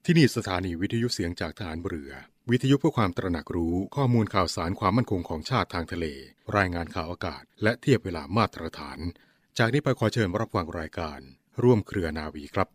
ที่นี่สถานีวิทยุเสียงจากทหารเรือวิทยุเพื่อความตระหนักรู้ข้อมูลข่าวสารความมั่นคงของชาติทางทะเลรายงานข่าวอากาศและเทียบเวลามาตรฐานจากนี้ไปขอเชิญรับฟังรายการร่วมเครือนาวีครับ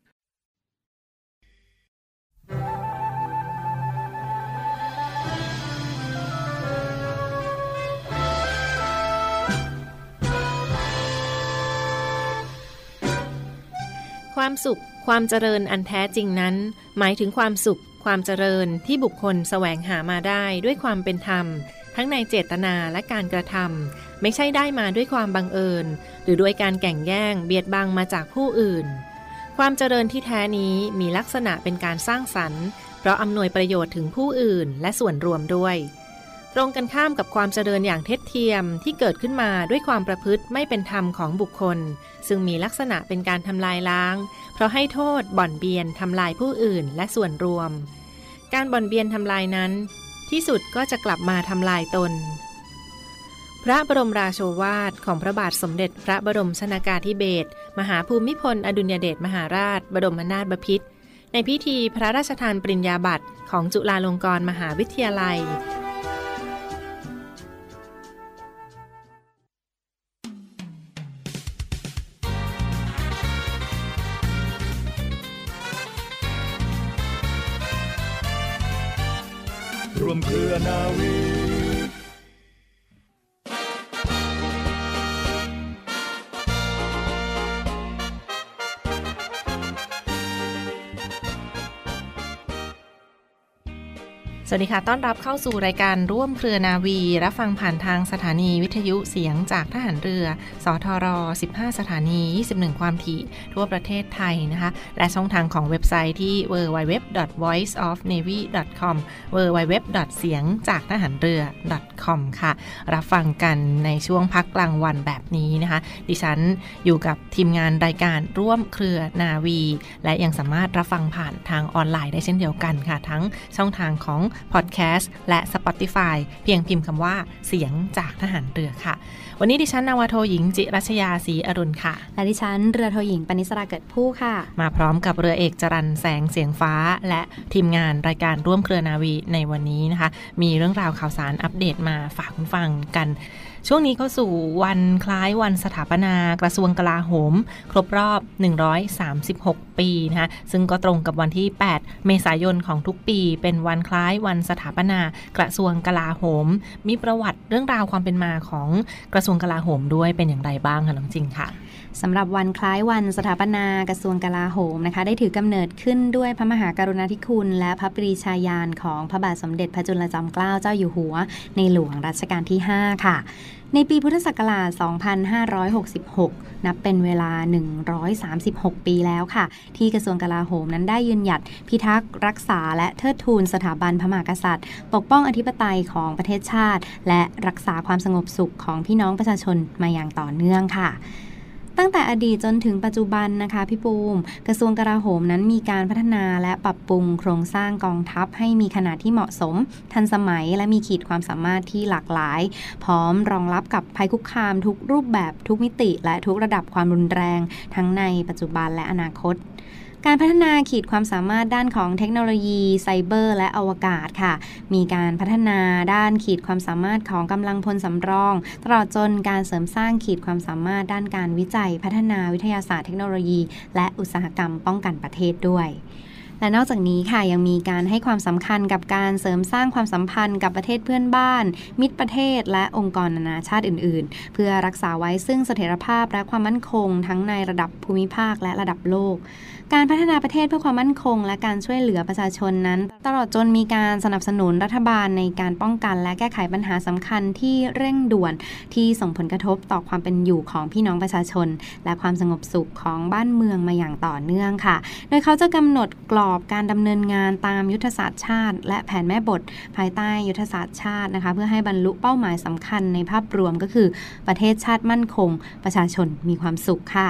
ความสุขความเจริญอันแท้จริงนั้นหมายถึงความสุขความเจริญที่บุคคลแสวงหามาได้ด้วยความเป็นธรรมทั้งในเจตนาและการกระทำไม่ใช่ได้มาด้วยความบังเอิญหรือด้วยการแข่งแย่งเบียดบังมาจากผู้อื่นความเจริญที่แท้นี้มีลักษณะเป็นการสร้างสรรค์เพราะอำนวยประโยชน์ถึงผู้อื่นและส่วนรวมด้วยตรงกันข้ามกับความเจริญอย่างเท็จเทียมที่เกิดขึ้นมาด้วยความประพฤติไม่เป็นธรรมของบุคคลซึ่งมีลักษณะเป็นการทำลายล้างเพราะให้โทษบ่อนเบียนทำลายผู้อื่นและส่วนรวมการบ่อนเบียนทำลายนั้นที่สุดก็จะกลับมาทำลายตนพระบรมราโชวาทของพระบาทสมเด็จพระบรมชนกาธิเบศรมหาภูมิพลอดุลยเดชมหาราชบรมนาถบพิตรในพิธีพระราชทานปริญญาบัตรของจุฬาลงกรณ์มหาวิทยาลัยร่วมเครือนาวีสวัสดีค่ะต้อนรับเข้าสู่รายการร่วมเครือนาวีรับฟังผ่านทางสถานีวิทยุเสียงจากทหารเรือสทร15สถานี21ความถี่ทั่วประเทศไทยนะคะและช่องทางของเว็บไซต์ที่ www.voiceofnavy.com www. เสียงจากทหารเรือ .com ค่ะรับฟังกันในช่วงพักกลางวันแบบนี้นะคะดิฉันอยู่กับทีมงานรายการร่วมเครือนาวีและยังสามารถรับฟังผ่านทางออนไลน์ได้เช่นเดียวกันค่ะทั้งช่องทางของพอดแคสต์และ Spotify เพียงพิมพ์คำว่าเสียงจากทหารเรือค่ะวันนี้ดิฉันนาวาโทหญิงจิรัชยาศรีอรุณค่ะและดิฉันเรือโทหญิงปณิสราเกิดผู้ค่ะมาพร้อมกับเรือเอกจรัญแสงเสียงฟ้าและทีมงานรายการร่วมเครือนาวีในวันนี้นะคะมีเรื่องราวข่าวสารอัปเดตมาฝากคุณฟังกันช่วงนี้เข้าสู่วันคล้ายวันสถาปนากระทรวงกลาโหมครบรอบ136ปีนะคะซึ่งก็ตรงกับวันที่8เมษายนของทุกปีเป็นวันคล้ายวันสถาปนากระทรวงกลาโหมมีประวัติเรื่องราวความเป็นมาของกระทรวงกลาโหมด้วยเป็นอย่างไรบ้างคะน้องจริงค่ะสำหรับวันคล้ายวันสถาปนากระทรวงกลาโหมนะคะได้ถือกำเนิดขึ้นด้วยพระมหากรุณาธิคุณและพระปรีชาญาณของพระบาทสมเด็จพระจุลจอมเกล้าเจ้าอยู่หัวในหลวงรัชกาลที่5ค่ะในปีพุทธศักราช 2566 นับเป็นเวลา 136 ปีแล้วค่ะที่กระทรวงกลาโหมนั้นได้ยืนหยัดพิทักษ์รักษาและเทิดทูนสถาบันพระมหากษัตริย์ปกป้องอธิปไตยของประเทศชาติและรักษาความสงบสุขของพี่น้องประชาชนมาอย่างต่อเนื่องค่ะตั้งแต่อดีตจนถึงปัจจุบันนะคะพี่ปูมกระทรวงกลาโหมนั้นมีการพัฒนาและปรับปรุงโครงสร้างกองทัพให้มีขนาดที่เหมาะสมทันสมัยและมีขีดความสามารถที่หลากหลายพร้อมรองรับกับภัยคุกคามทุกรูปแบบทุกมิติและทุกระดับความรุนแรงทั้งในปัจจุบันและอนาคตการพัฒนาขีดความสามารถด้านของเทคโนโลยีไซเบอร์และอวกาศค่ะมีการพัฒนาด้านขีดความสามารถของกำลังพลสำรองตลอดจนการเสริมสร้างขีดความสามารถด้านการวิจัยพัฒนาวิทยาศาสตร์เทคโนโลยีและอุตสาหกรรมป้องกันประเทศด้วยและนอกจากนี้ค่ะยังมีการให้ความสำคัญกับการเสริมสร้างความสัมพันธ์กับประเทศเพื่อนบ้านมิตรประเทศและองค์กรนานาชาติอื่นๆเพื่อรักษาไว้ซึ่งเสถียรภาพและความมั่นคงทั้งในระดับภูมิภาคและระดับโลกการพัฒนาประเทศเพื่อความมั่นคงและการช่วยเหลือประชาชนนั้นตลอดจนมีการสนับสนุนรัฐบาลในการป้องกันและแก้ไขปัญหาสำคัญที่เร่งด่วนที่ส่งผลกระทบต่อความเป็นอยู่ของพี่น้องประชาชนและความสงบสุขของบ้านเมืองมาอย่างต่อเนื่องค่ะโดยเขาจะกำหนดกรอบการดำเนินงานตามยุทธศาสตร์ชาติและแผนแม่บทภายใต้ยุทธศาสตร์ชาตินะคะเพื่อให้บรรลุเป้าหมายสำคัญในภาพรวมก็คือประเทศชาติมั่นคงประชาชนมีความสุขค่ะ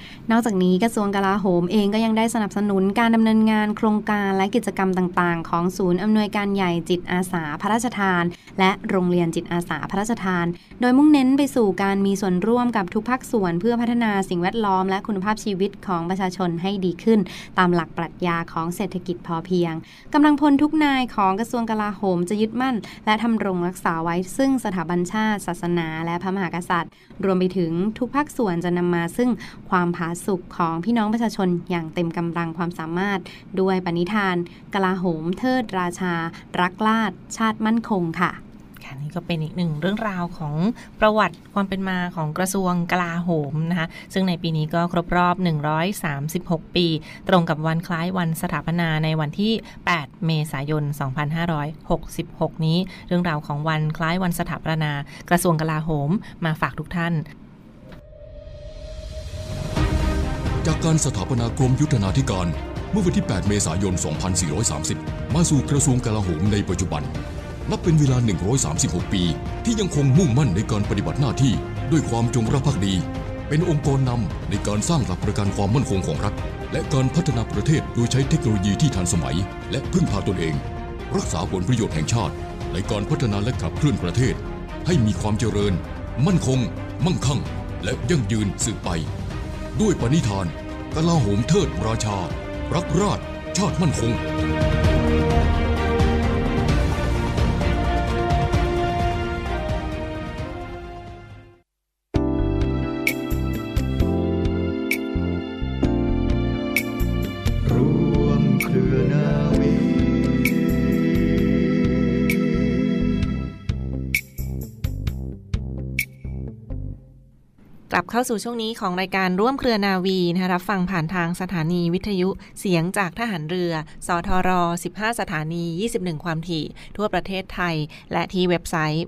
นอกจากนี้กระทรวงกลาโหมเองก็ยังได้สนับสนุนการดำเนินงานโครงการและกิจกรรมต่างๆของศูนย์อำนวยการใหญ่จิตอาสาพระราชทานและโรงเรียนจิตอาสาพระราชทานโดยมุ่งเน้นไปสู่การมีส่วนร่วมกับทุกภาคส่วนเพื่อพัฒนาสิ่งแวดล้อมและคุณภาพชีวิตของประชาชนให้ดีขึ้นตามหลักปรัชญาของเศรษฐกิจพอเพียงกำลังพลทุกนายของกระทรวงกลาโหมจะยึดมั่นและทำรงรักษาไว้ซึ่งสถาบันชาติศาสนาและพระมหากษัตริย์รวมไปถึงทุกภาคส่วนจะนำมาซึ่งความผาสุกของพี่น้องประชาชนอย่างเต็มกำลังความสามารถด้วยปณิธานกลาโหมเทิดราชารักราชชาติมั่นคงค่ะนี่ก็เป็นอีกหนึ่งเรื่องราวของประวัติความเป็นมาของกระทรวงกลาโหมนะคะซึ่งในปีนี้ก็ครบรอบ136ปีตรงกับวันคล้ายวันสถาปนาในวันที่8เมษายน2566นี้เรื่องราวของวันคล้ายวันสถาปนากระทรวงกลาโหมมาฝากทุกท่านจากการสถาปนากรมยุทธนาธิการเมื่อวันที่8เมษายน2430มาสู่กระทรวงกลาโหมในปัจจุบันนับเป็นเวลา136ปีที่ยังคงมุ่งมั่นในการปฏิบัติหน้าที่ด้วยความจงรักภักดีเป็นองค์กรนำในการสร้างหลักประกันความมั่นคงของรัฐและการพัฒนาประเทศโดยใช้เทคโนโลยีที่ทันสมัยและพึ่งพาตนเองรักษาผลประโยชน์แห่งชาติในการพัฒนาและขับเคลื่อนประเทศให้มีความเจริญมั่นคงมั่งคั่งและยั่งยืนสืบไปด้วยปณิธานกลาโหมเทิดราชารักราชชาติมั่นคงกลับเข้าสู่ช่วงนี้ของรายการร่วมเครือนาวีนะคะรับฟังผ่านทางสถานีวิทยุเสียงจากทหารเรือสทร15สถานี21ความถี่ทั่วประเทศไทยและที่เว็บไซต์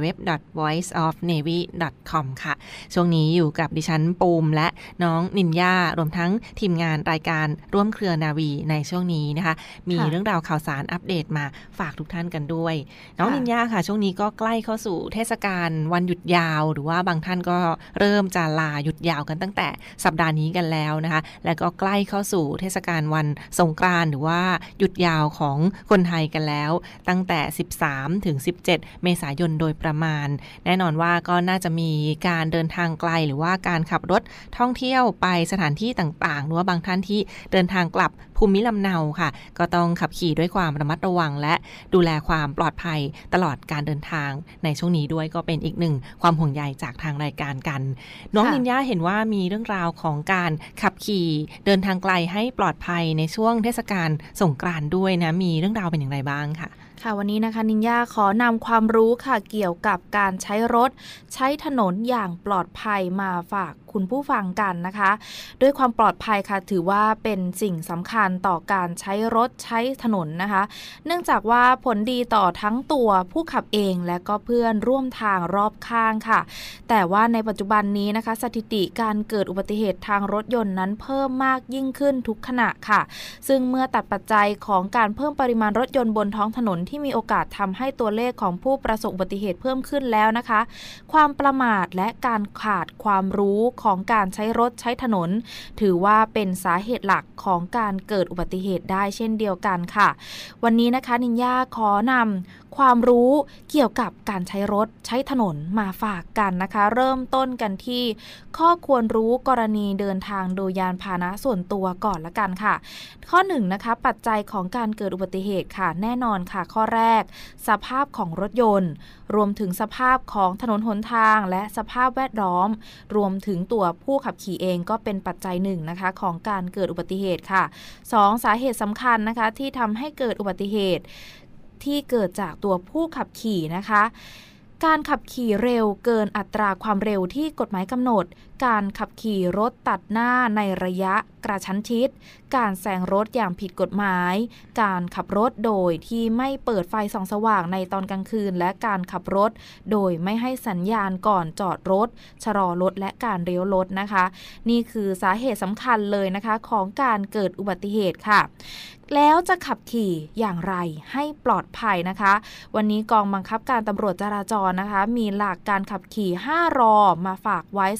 www.voiceofnavy.com ค่ะช่วงนี้อยู่กับดิฉันปูมและน้องนินญารวมทั้งทีมงานรายการร่วมเครือนาวีในช่วงนี้นะคะมีเรื่องราวข่าวสารอัปเดตมาฝากทุกท่านกันด้วยน้องนินญาค่ะช่วงนี้ก็ใกล้เข้าสู่เทศกาลวันหยุดยาวหรือว่าบางท่านก็เริ่มจะลาหยุดยาวกันตั้งแต่สัปดาห์นี้กันแล้วนะคะและก็ใกล้เข้าสู่เทศกาลวันสงกรานต์หรือว่าหยุดยาวของคนไทยกันแล้วตั้งแต่13ถึง17เมษายนโดยประมาณแน่นอนว่าก็น่าจะมีการเดินทางไกลหรือว่าการขับรถท่องเที่ยวไปสถานที่ต่างๆหรือว่าบางท่านที่เดินทางกลับภูมิลำเนาค่ะก็ต้องขับขี่ด้วยความระมัดระวังและดูแลความปลอดภัยตลอดการเดินทางในช่วงนี้ด้วยก็เป็นอีกหนึ่งความห่วงใยจากทางรายการกันน้องนินญาเห็นว่ามีเรื่องราวของการขับขี่เดินทางไกลให้ปลอดภัยในช่วงเทศกาลสงกรานต์ด้วยนะมีเรื่องราวเป็นอย่างไรบ้างค่ะค่ะวันนี้นะคะนินญาขอนำความรู้ค่ะเกี่ยวกับการใช้รถใช้ถนนอย่างปลอดภัยมาฝากคุณผู้ฟังกันนะคะด้วยความปลอดภัยค่ะถือว่าเป็นสิ่งสำคัญต่อการใช้รถใช้ถนนนะคะเนื่องจากว่าผลดีต่อทั้งตัวผู้ขับเองและก็เพื่อนร่วมทางรอบข้างค่ะแต่ว่าในปัจจุบันนี้นะคะสถิติการเกิดอุบัติเหตุทางรถยนต์นั้นเพิ่มมากยิ่งขึ้นทุกขณะค่ะซึ่งเมื่อตัดปัจจัยของการเพิ่มปริมาณรถยนต์บนท้องถนนที่มีโอกาสทำให้ตัวเลขของผู้ประสบอุบัติเหตุเพิ่มขึ้นแล้วนะคะความประมาทและการขาดความรู้ของการใช้รถใช้ถนนถือว่าเป็นสาเหตุหลักของการเกิดอุบัติเหตุได้เช่นเดียวกันค่ะวันนี้นะคะนินญาขอนำความรู้เกี่ยวกับการใช้รถใช้ถนนมาฝากกันนะคะเริ่มต้นกันที่ข้อควรรู้กรณีเดินทางโดยยานพาหนะส่วนตัวก่อนละกันค่ะข้อ1นะคะปัจจัยของการเกิดอุบัติเหตุค่ะแน่นอนค่ะข้อแรกสภาพของรถยนต์รวมถึงสภาพของถนนหนทางและสภาพแวดล้อมรวมถึงตัวผู้ขับขี่เองก็เป็นปัจจัยหนึ่งนะคะของการเกิดอุบัติเหตุค่ะ2สาเหตุสำคัญนะคะที่ทำให้เกิดอุบัติเหตุที่เกิดจากตัวผู้ขับขี่นะคะการขับขี่เร็วเกินอัตราความเร็วที่กฎหมายกำหนดการขับขี่รถตัดหน้าในระยะกระชั้นชิดการแซงรถอย่างผิดกฎหมายการขับรถโดยที่ไม่เปิดไฟส่องสว่างในตอนกลางคืนและการขับรถโดยไม่ให้สัญญาณก่อนจอดรถชะลอรถและการเลี้ยวรถนะคะนี่คือสาเหตุสำคัญเลยนะคะของการเกิดอุบัติเหตุค่ะแล้วจะขับขี่อย่างไรให้ปลอดภัยนะคะวันนี้กองบังคับการตำรวจจราจรนะคะมีหลักการขับขี่5 รอมาฝากไว้สำหรับคุณ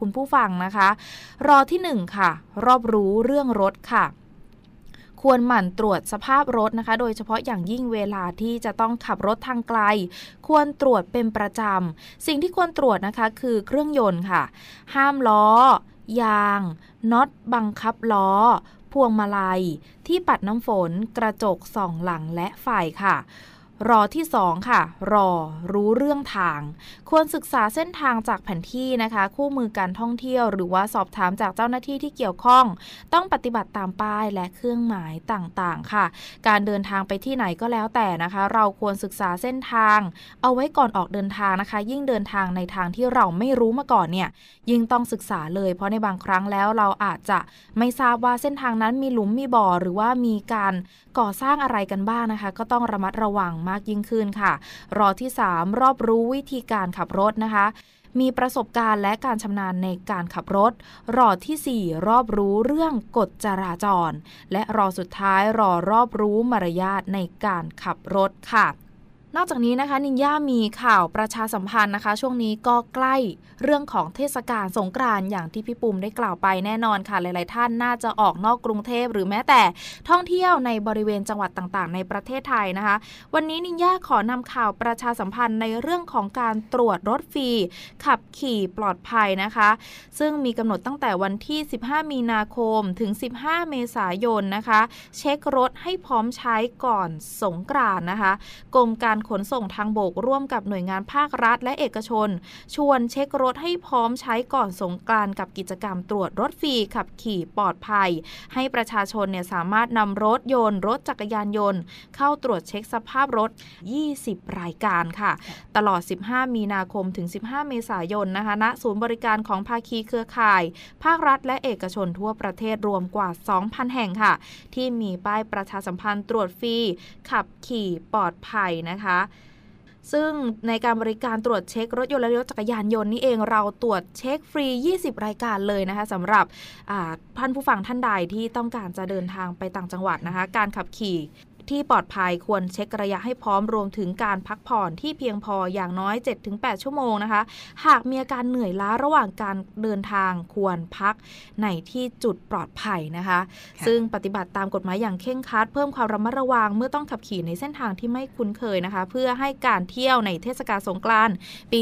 คุณผู้ฟังนะคะรอที่1ค่ะรอบรู้เรื่องรถค่ะควรหมั่นตรวจสภาพรถนะคะโดยเฉพาะอย่างยิ่งเวลาที่จะต้องขับรถทางไกลควรตรวจเป็นประจำสิ่งที่ควรตรวจนะคะคือเครื่องยนต์ค่ะห้ามล้อยางน็อตบังคับล้อพวงมาลัยที่ปัดน้ำฝนกระจกส่องหลังและไฟค่ะรอที่2ค่ะรอรู้เรื่องทางควรศึกษาเส้นทางจากแผนที่นะคะคู่มือการท่องเที่ยวหรือว่าสอบถามจากเจ้าหน้าที่ที่เกี่ยวข้องต้องปฏิบัติตามป้ายและเครื่องหมายต่างๆค่ะการเดินทางไปที่ไหนก็แล้วแต่นะคะเราควรศึกษาเส้นทางเอาไว้ก่อนออกเดินทางนะคะยิ่งเดินทางในทางที่เราไม่รู้มาก่อนเนี่ยยิ่งต้องศึกษาเลยเพราะในบางครั้งแล้วเราอาจจะไม่ทราบว่าเส้นทางนั้นมีหลุมมีบ่อหรือว่ามีการก่อสร้างอะไรกันบ้างนะคะก็ต้องระมัดระวังมากยิ่งขึ้นค่ะรอที่3รอบรู้วิธีการขับรถนะคะมีประสบการณ์และการชำนาญในการขับรถรอที่4รอบรู้เรื่องกฎจราจรและรอสุดท้ายรอบรู้มารยาทในการขับรถค่ะนอกจากนี้นะคะนินย่ามีข่าวประชาสัมพันธ์นะคะช่วงนี้ก็ใกล้เรื่องของเทศกาลสงกรานต์อย่างที่พี่ปุ่มได้กล่าวไปแน่นอนค่ะหลายๆท่านน่าจะออกนอกกรุงเทพหรือแม้แต่ท่องเที่ยวในบริเวณจังหวัดต่างๆในประเทศไทยนะคะวันนี้นินย่าขอนำข่าวประชาสัมพันธ์ในเรื่องของการตรวจรถฟรีขับขี่ปลอดภัยนะคะซึ่งมีกำหนดตั้งแต่วันที่15มีนาคมถึง15เมษายนนะคะเช็ครถให้พร้อมใช้ก่อนสงกรานต์นะคะกรมการขนส่งทางบกร่วมกับหน่วยงานภาครัฐและเอกชนชวนเช็ครถให้พร้อมใช้ก่อนสงกรานต์กับกิจกรรมตรวจรถฟรีขับขี่ปลอดภัยให้ประชาชนเนี่ยสามารถนำรถยนต์รถจักรยานยนต์เข้าตรวจเช็คสภาพรถ20รายการค่ะตลอด15มีนาคมถึง15เมษายนนะคะณศูนย์บริการของภาคีเครือข่ายภาครัฐและเอกชนทั่วประเทศรวมกว่า 2,000 แห่งค่ะที่มีป้ายประชาสัมพันธ์ตรวจฟรีขับขี่ปลอดภัยนะคะซึ่งในการบริการตรวจเช็ครถยนต์และรถจักรยานยนต์นี่เองเราตรวจเช็คฟรี20รายการเลยนะคะสำหรับท่านผู้ฟังท่านใดที่ต้องการจะเดินทางไปต่างจังหวัดนะคะการขับขี่ที่ปลอดภัยควรเช็คระยะให้พร้อมรวมถึงการพักผ่อนที่เพียงพออย่างน้อย 7-8 ชั่วโมงนะคะหากมีอาการเหนื่อยล้าระหว่างการเดินทางควรพักในที่จุดปลอดภัยนะคะซึ่งปฏิบัติตามกฎหมายอย่างเคร่งครัดเพิ่มความระมัดระวังเมื่อต้องขับขี่ในเส้นทางที่ไม่คุ้นเคยนะคะเพื่อให้การเที่ยวในเทศกาลสงกรานต์ปี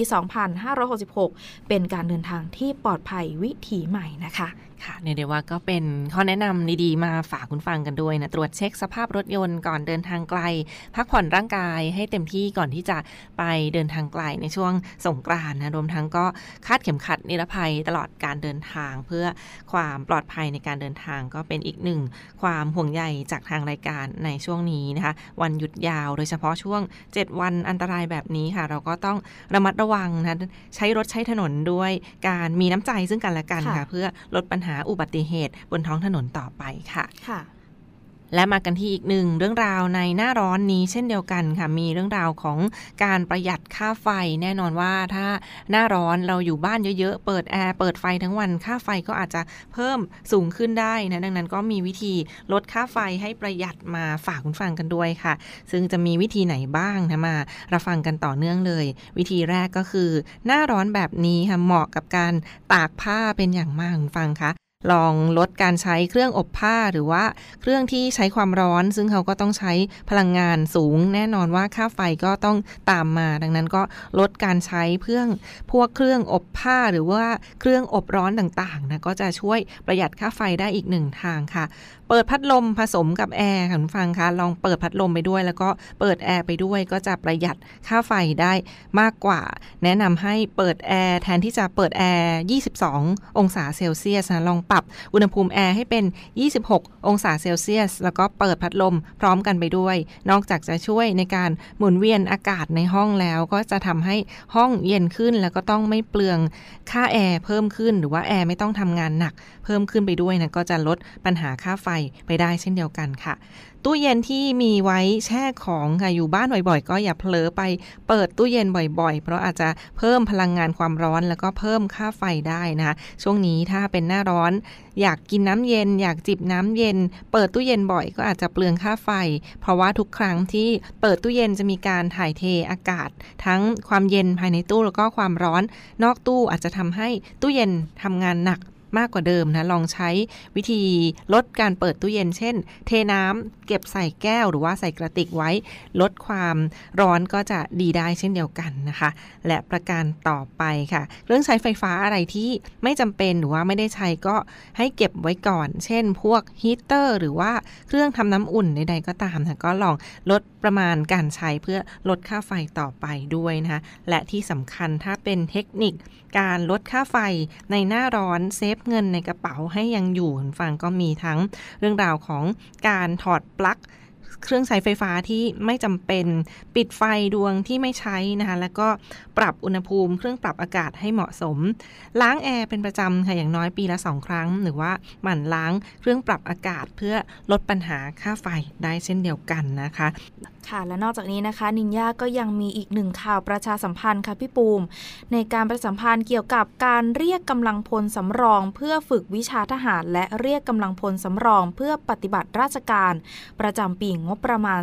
2566 เป็นการเดินทางที่ปลอดภัยวิถีใหม่นะคะค่ะเดี๋ยวว่าก็เป็นข้อแนะนำดีๆมาฝากคุณฟังกันด้วยนะตรวจเช็คสภาพรถยนต์ก่อนเดินทางไกลพักผ่อนร่างกายให้เต็มที่ก่อนที่จะไปเดินทางไกลในช่วงสงกรานต์นะรวมทั้งก็คาดเข็มขัดนิรภัยตลอดการเดินทางเพื่อความปลอดภัยในการเดินทางก็เป็นอีกหนึ่งความห่วงใยจากทางรายการในช่วงนี้นะคะวันหยุดยาวโดยเฉพาะช่วง7วันอันตรายแบบนี้ค่ะเราก็ต้องระมัดระวังนะใช้รถใช้ถนนด้วยการมีน้ำใจซึ่งกันและกันค่ะเพื่อลดปัญหาอุบัติเหตุบนท้องถนนต่อไปค่ะและมากันที่อีกหนึ่งเรื่องราวในหน้าร้อนนี้เช่นเดียวกันค่ะมีเรื่องราวของการประหยัดค่าไฟแน่นอนว่าถ้าหน้าร้อนเราอยู่บ้านเยอะๆเปิดแอร์เปิดไฟทั้งวันค่าไฟก็อาจจะเพิ่มสูงขึ้นได้นะดังนั้นก็มีวิธีลดค่าไฟให้ประหยัดมาฝากคุณฟังกันด้วยค่ะซึ่งจะมีวิธีไหนบ้างนะมารับฟังกันต่อเนื่องเลยวิธีแรกก็คือหน้าร้อนแบบนี้ค่ะเหมาะกับการตากผ้าเป็นอย่างมากคุณฟังคะลองลดการใช้เครื่องอบผ้าหรือว่าเครื่องที่ใช้ความร้อนซึ่งเขาก็ต้องใช้พลังงานสูงแน่นอนว่าค่าไฟก็ต้องตามมาดังนั้นก็ลดการใช้พวกเครื่องอบผ้าหรือว่าเครื่องอบร้อนต่างๆนะก็จะช่วยประหยัดค่าไฟได้อีกหนึ่งทางค่ะเปิดพัดลมผสมกับแอร์ค่ะคุณฟังคะลองเปิดพัดลมไปด้วยแล้วก็เปิดแอร์ไปด้วยก็จะประหยัดค่าไฟได้มากกว่าแนะนำให้เปิดแอร์แทนที่จะเปิดแอร์22องศาเซลเซียสนะลองปรับอุณหภูมิแอร์ให้เป็น26องศาเซลเซียสแล้วก็เปิดพัดลมพร้อมกันไปด้วยนอกจากจะช่วยในการหมุนเวียนอากาศในห้องแล้วก็จะทำให้ห้องเย็นขึ้นแล้วก็ต้องไม่เปลืองค่าแอร์เพิ่มขึ้นหรือว่าแอร์ไม่ต้องทำงานหนักเพิ่มขึ้นไปด้วยนะก็จะลดปัญหาค่าไฟไปได้เช่นเดียวกันค่ะตู้เย็นที่มีไว้แช่ของค่ะอยู่บ้านบ่อยๆก็อย่าเผลอไปเปิดตู้เย็นบ่อยๆเพราะอาจจะเพิ่มพลังงานความร้อนแล้วก็เพิ่มค่าไฟได้นะคะช่วงนี้ถ้าเป็นหน้าร้อนอยากกินน้ำเย็นอยากจิบน้ำเย็นเปิดตู้เย็นบ่อยก็อาจจะเปลืองค่าไฟเพราะว่าทุกครั้งที่เปิดตู้เย็นจะมีการถ่ายเทอากาศทั้งความเย็นภายในตู้แล้วก็ความร้อนนอกตู้อาจจะทำให้ตู้เย็นทำงานหนักมากกว่าเดิมนะลองใช้วิธีลดการเปิดตู้เย็นเช่นเทน้ำเก็บใส่แก้วหรือว่าใส่กระติกไว้ลดความร้อนก็จะดีได้เช่นเดียวกันนะคะและประการต่อไปค่ะเครื่องใช้ไฟฟ้าอะไรที่ไม่จำเป็นหรือว่าไม่ได้ใช้ก็ให้เก็บไว้ก่อนเช่นพวกฮีตเตอร์หรือว่าเครื่องทำน้ำอุ่นใดๆก็ตามนะก็ลองลดประมาณการใช้เพื่อลดค่าไฟต่อไปด้วยนะคะและที่สำคัญถ้าเป็นเทคนิคการลดค่าไฟในหน้าร้อนเซฟเงินในกระเป๋าให้ยังอยู่ฟังก็มีทั้งเรื่องราวของการถอดปลั๊กเครื่องใช้ไฟฟ้าที่ไม่จำเป็นปิดไฟดวงที่ไม่ใช้นะคะแล้วก็ปรับอุณหภูมิเครื่องปรับอากาศให้เหมาะสมล้างแอร์เป็นประจำค่ะอย่างน้อยปีละ2 ครั้งหรือว่าหมั่นล้างเครื่องปรับอากาศเพื่อลดปัญหาค่าไฟได้เช่นเดียวกันนะคะค่ะและนอกจากนี้นะคะนินญาก็ยังมีอีกหนึ่งข่าวประชาสัมพันธ์ค่ะพี่ปูมในการประชาสัมพันธ์เกี่ยวกับการเรียกกำลังพลสำรองเพื่อฝึกวิชาทหารและเรียกกำลังพลสำรองเพื่อปฏิบัติราชการประจำปีงบประมาณ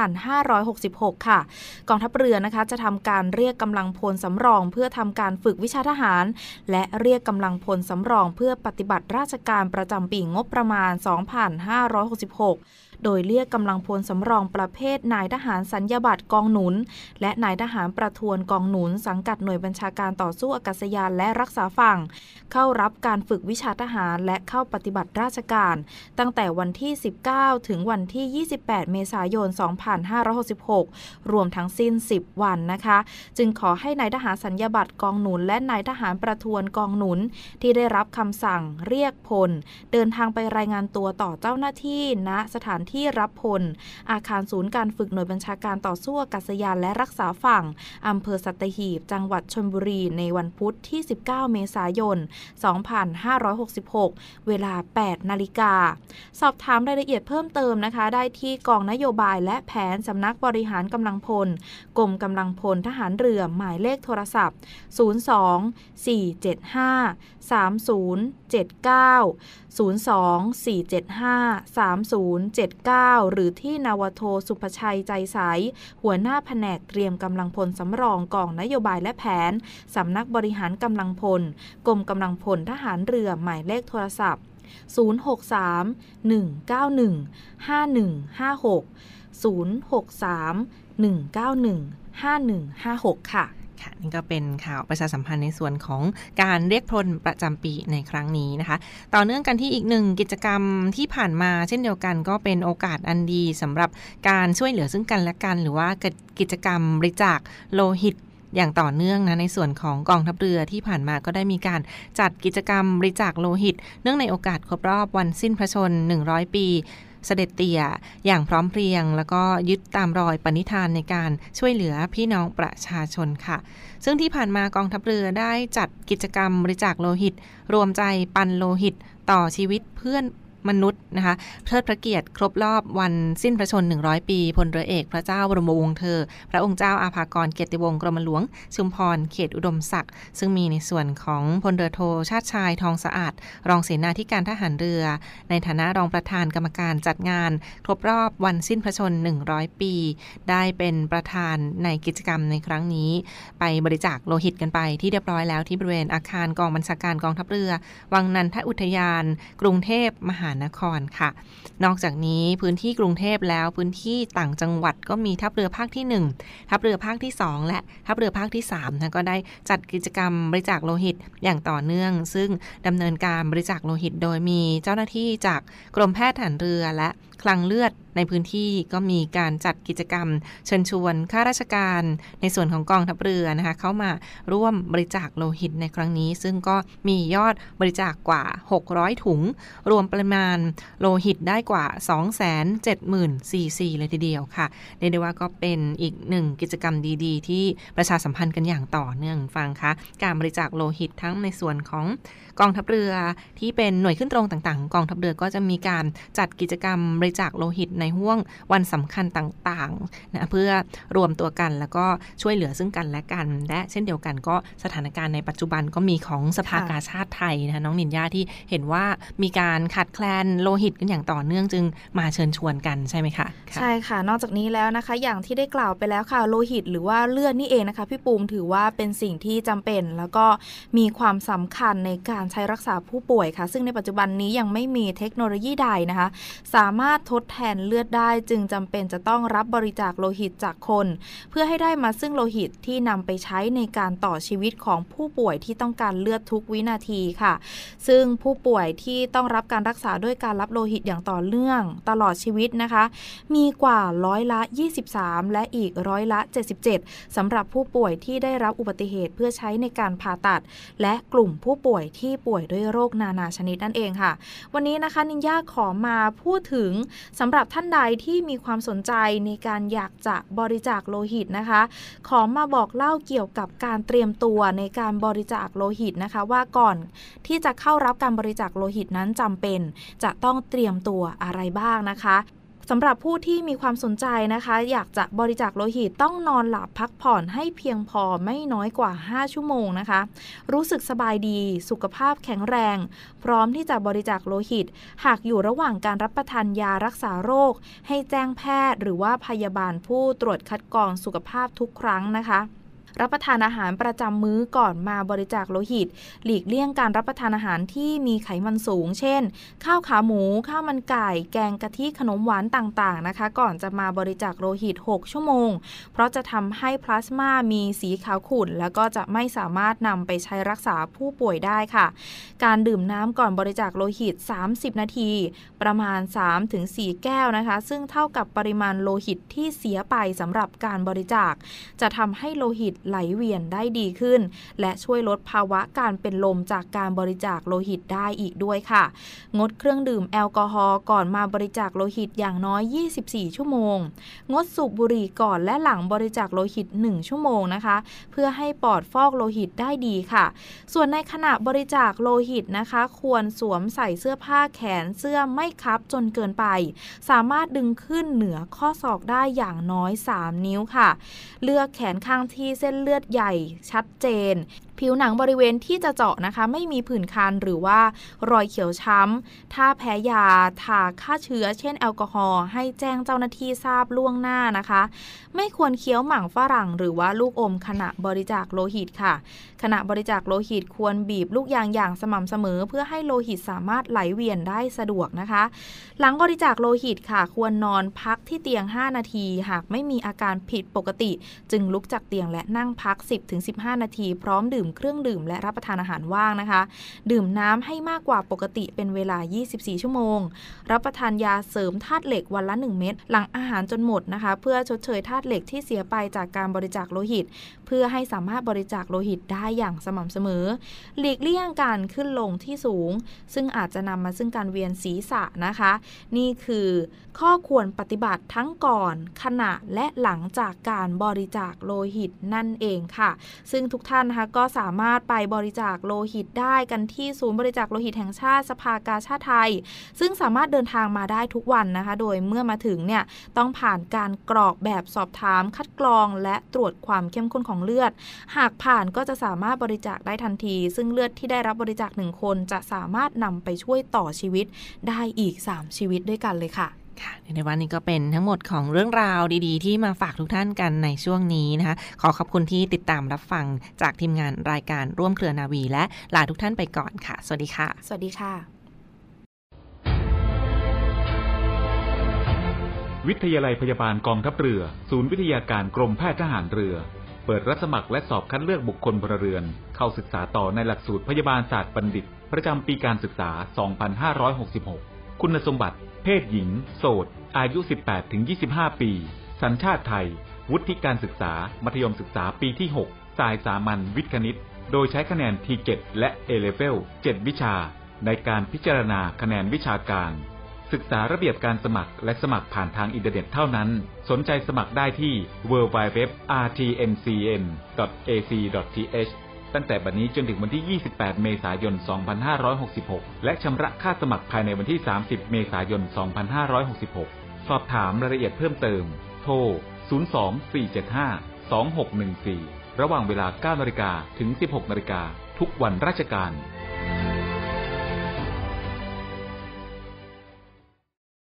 2566 ค่ะกองทัพเรือนะคะจะทำการเรียกกำลังพลสำรองเพื่อทำการฝึกวิชาทหารและเรียกกำลังพลสำรองเพื่อปฏิบัติราชการประจำปีงบประมาณ 2566โดยเรียกกำลังพลสำรองประเภทนายทหารสัญญาบัตรกองหนุนและนายทหารประทวนกองหนุนสังกัดหน่วยบัญชาการต่อสู้อากาศยานและรักษาฝั่งเข้ารับการฝึกวิชาทหารและเข้าปฏิบัติราชการตั้งแต่วันที่19ถึงวันที่28เมษายน2566รวมทั้งสิ้น10วันนะคะจึงขอให้นายทหารสัญญาบัตรกองหนุนและนายทหารประทวนกองหนุนที่ได้รับคำสั่งเรียกพลเดินทางไปรายงานตัวต่อเจ้าหน้าที่ณสถานที่รับพลอาคารศูนย์การฝึกหน่วยบัญชาการต่อสู้อากาศยานและรักษาฝั่งอำเภอสัตหีบจังหวัดชลบุรีในวันพุธที่19เมษายน2566เวลา 8 นาฬิกาสอบถามรายละเอียดเพิ่มเติมนะคะได้ที่กองนโยบายและแผนสำนักบริหารกำลังพลกรมกำลังพลทหารเรือหมายเลขโทรศัพท์02-475-3079 หรือที่นาวโทสุภชัยใจใสหัวหน้าแผนกเตรียมกำลังพลสำรองกองนโยบายและแผนสำนักบริหารกำลังพลกรมกำลังพลทหารเรือหมายเลขโทรศัพท์063-191-5156 063-191-5156 ค่ะนี่ก็เป็นข่าวประชาสัมพันธ์ในส่วนของการเรียกพลประจำปีในครั้งนี้นะคะต่อเนื่องกันที่อีกหนึ่งกิจกรรมที่ผ่านมาเช่นเดียวกันก็เป็นโอกาสอันดีสำหรับการช่วยเหลือซึ่งกันและกันหรือว่ากิจกรรมบริจาคโลหิตอย่างต่อเนื่องนะในส่วนของกองทัพเรือที่ผ่านมาก็ได้มีการจัดกิจกรรมบริจาคโลหิตเนื่องในโอกาสครบรอบวันสิ้นพระชนม์100 ปีเสด็จเตี่ยอย่างพร้อมเพรียงแล้วก็ยึดตามรอยปณิธานในการช่วยเหลือพี่น้องประชาชนค่ะซึ่งที่ผ่านมากองทัพเรือได้จัดกิจกรรมบริจาคโลหิตรวมใจปันโลหิตต่อชีวิตเพื่อนมนุษย์นะคะเทิดพระเกียรติครบรอบวันสิ้นพระชนม์100 ปีพลเรือเอกพระเจ้าบรมวงศ์เธอพระองค์เจ้าอาภากรเกียรติวงศ์กรมหลวงชุมพรเขตอุดมศักดิ์ซึ่งมีในส่วนของพลเรือโทชาติชายทองสะอาดรองเสนาธิการทหารเรือในฐานะรองประธานกรรมการจัดงานครบรอบวันสิ้นพระชนม์100 ปีได้เป็นประธานในกิจกรรมในครั้งนี้ไปบริจาคโลหิตกันไปที่เรียบร้อยแล้วที่บริเวณอาคารกองบัญชาการกองทัพเรือวังนันทอุทยานกรุงเทพมหานครค่ะนอกจากนี้พื้นที่กรุงเทพแล้วพื้นที่ต่างจังหวัดก็มีทัพเรือภาคที่1ทัพเรือภาคที่2และทัพเรือภาคที่3นะก็ได้จัดกิจกรรมบริจาคโลหิตอย่างต่อเนื่องซึ่งดำเนินการบริจาคโลหิตโดยมีเจ้าหน้าที่จากกรมแพทย์ทหารเรือและคลังเลือดในพื้นที่ก็มีการจัดกิจกรรมเชิญชวนข้าราชการในส่วนของกองทัพเรือนะคะเข้ามาร่วมบริจาคโลหิตในครั้งนี้ซึ่งก็มียอดบริจาคกว่า600ถุงรวมปริมาณโลหิตได้กว่า 270,000 cc เลยทีเดียวค่ะเรียกได้ว่าก็เป็นอีกหนึ่งกิจกรรมดีๆที่ประชาสัมพันธ์กันอย่างต่อเนื่องฟังคะการบริจาคโลหิตทั้งในส่วนของกองทัพเรือที่เป็นหน่วยขึ้นตรงต่างๆกองทัพเรือก็จะมีการจัดกิจกรรมบริจาคโลหิตในห้วงวันสำคัญต่างๆนะเพื่อรวมตัวกันแล้วก็ช่วยเหลือซึ่งกันและกันและเช่นเดียวกันก็สถานการณ์ในปัจจุบันก็มีของสภากาชาดไทยนะคะน้องนินญาที่เห็นว่ามีการขาดแคลนโลหิตกันอย่างต่อเนื่องจึงมาเชิญชวนกันใช่ไหมคะใช่ค่ะนอกจากนี้แล้วนะคะอย่างที่ได้กล่าวไปแล้วค่ะโลหิตหรือว่าเลือดนี่เองนะคะพี่ปูมถือว่าเป็นสิ่งที่จำเป็นแล้วก็มีความสำคัญในการใช้รักษาผู้ป่วยค่ะซึ่งในปัจจุบันนี้ยังไม่มีเทคโนโลยีใดนะคะสามารถทดแทนเลือดได้จึงจำเป็นจะต้องรับบริจาคโลหิตจากคนเพื่อให้ได้มาซึ่งโลหิตที่นำไปใช้ในการต่อชีวิตของผู้ป่วยที่ต้องการเลือดทุกวินาทีค่ะซึ่งผู้ป่วยที่ต้องรับการรักษาด้วยการรับโลหิตอย่างต่อเนื่องตลอดชีวิตนะคะมีกว่า23%และอีก77%สำหรับผู้ป่วยที่ได้รับอุบัติเหตุเพื่อใช้ในการผ่าตัดและกลุ่มผู้ป่วยที่ป่วยด้วยโรคนานาชนิดนั่นเองค่ะวันนี้นะคะนินญาขอมาพูดถึงสำหรับท่านใดที่มีความสนใจในการอยากจะบริจาคโลหิตนะคะขอมาบอกเล่าเกี่ยวกับการเตรียมตัวในการบริจาคโลหิตนะคะว่าก่อนที่จะเข้ารับการบริจาคโลหิตนั้นจำเป็นจะต้องเตรียมตัวอะไรบ้างนะคะสำหรับผู้ที่มีความสนใจนะคะอยากจะบริจาคโลหิตต้องนอนหลับพักผ่อนให้เพียงพอไม่น้อยกว่า5ชั่วโมงนะคะรู้สึกสบายดีสุขภาพแข็งแรงพร้อมที่จะบริจาคโลหิตหากอยู่ระหว่างการรับประทานยารักษาโรคให้แจ้งแพทย์หรือว่าพยาบาลผู้ตรวจคัดกรองสุขภาพทุกครั้งนะคะรับประทานอาหารประจำมื้อก่อนมาบริจาคโลหิตหลีกเลี่ยงการรับประทานอาหารที่มีไขมันสูงเช่นข้าวขาหมูข้าวมันไก่แกงกะทิขนมหวานต่างๆนะคะก่อนจะมาบริจาคโลหิต6ชั่วโมงเพราะจะทำให้พลาสมามีสีขาวขุ่นแล้วก็จะไม่สามารถนำไปใช้รักษาผู้ป่วยได้ค่ะการดื่มน้ำก่อนบริจาคโลหิต30นาทีประมาณ 3-4 แก้วนะคะซึ่งเท่ากับปริมาณโลหิตที่เสียไปสำหรับการบริจาคจะทำให้โลหิตไหลเวียนได้ดีขึ้นและช่วยลดภาวะการเป็นลมจากการบริจาคโลหิตได้อีกด้วยค่ะงดเครื่องดื่มแอลกอฮอล์ก่อนมาบริจาคโลหิตอย่างน้อย24ชั่วโมงงดสูบบุหรี่ก่อนและหลังบริจาคโลหิต1ชั่วโมงนะคะเพื่อให้ปอดฟอกโลหิตได้ดีค่ะส่วนในขณะบริจาคโลหิตนะคะควรสวมใส่เสื้อผ้าแขนเสื้อไม่คับจนเกินไปสามารถดึงขึ้นเหนือข้อศอกได้อย่างน้อย3นิ้วค่ะเลือกแขนข้างที่เส้นเลือดใหญ่ชัดเจนผิวหนังบริเวณที่จะเจาะนะคะไม่มีผื่นคันหรือว่ารอยเขียวช้ำถ้าแพ้ยาทาฆ่าเชื้อเช่นแอลกอฮอล์ให้แจ้งเจ้าหน้าที่ทราบล่วงหน้านะคะไม่ควรเคี้ยวหมากฝรั่งหรือว่าลูกอมขณะบริจาคโลหิตค่ะขณะบริจาคโลหิตควรบีบลูกยางอย่างสม่ำเสมอเพื่อให้โลหิตสามารถไหลเวียนได้สะดวกนะคะหลังบริจาคโลหิตค่ะควรนอนพักที่เตียง5นาทีหากไม่มีอาการผิดปกติจึงลุกจากเตียงและนั่งพัก 10-15 นาทีพร้อมดื่มเครื่องดื่มและรับประทานอาหารว่างนะคะดื่มน้ำให้มากกว่าปกติเป็นเวลา24ชั่วโมงรับประทานยาเสริมธาตุเหล็กวันละ1เม็ดหลังอาหารจนหมดนะคะเพื่อชดเชยธาตุเหล็กที่เสียไปจากการบริจาคโลหิตเพื่อให้สามารถบริจาคโลหิตได้อย่างสม่ำเสมอหลีกเลี่ยงการขึ้นลงที่สูงซึ่งอาจจะนำมาซึ่งการเวียนศีรษะนะคะนี่คือข้อควรปฏิบัติทั้งก่อนขณะและหลังจากการบริจาคโลหิตนั่นเองค่ะซึ่งทุกท่านนะคะก็สามารถไปบริจาคโลหิตได้กันที่ศูนย์บริจาคโลหิตแห่งชาติสภากาชาดไทยซึ่งสามารถเดินทางมาได้ทุกวันนะคะโดยเมื่อมาถึงเนี่ยต้องผ่านการกรอกแบบสอบถามคัดกรองและตรวจความเข้มข้นของเลือดหากผ่านก็จะสามารถบริจาคได้ทันทีซึ่งเลือดที่ได้รับบริจาค1คนจะสามารถนำไปช่วยต่อชีวิตได้อีก3ชีวิตด้วยกันเลยค่ะในวันนี้ก็เป็นทั้งหมดของเรื่องราวดีๆที่มาฝากทุกท่านกันในช่วงนี้นะคะขอขอบคุณที่ติดตามรับฟังจากทีมงานรายการร่วมเครือนาวีและลาทุกท่านไปก่อนค่ะสวัสดีค่ะสวัสดีค่ะวิทยาลัยพยาบาลกองทัพเรือศูนย์วิทยาการกรมแพทย์ทหารเรือเปิดรับสมัครและสอบคัดเลือกบุคคลพลเรือนเข้าศึกษาต่อในหลักสูตรพยาบาลศาสตร์บัณฑิตประจำปีการศึกษา 2566 คุณสมบัติเพศหญิงโสดอายุ 18-25 ปีสัญชาติไทยวุฒิการศึกษามัธยมศึกษาปีที่ 6 สายสามัญวิทย์คณิตโดยใช้คะแนน T7 และ A-Level 7 วิชาในการพิจารณาคะแนนวิชาการศึกษาระเบียบการสมัครและสมัครผ่านทางอินเทอร์เน็ตเท่านั้นสนใจสมัครได้ที่ www.rtncn.ac.th ตั้งแต่บัดนี้จนถึงวันที่ 28 เมษายน 2566 และชำระค่าสมัครภายในวันที่ 30 เมษายน 2566 สอบถามรายละเอียดเพิ่มเติมโทร 024752614 ระหว่างเวลา 9 นาฬิกาถึง 16 นาฬิกาทุกวันราชการ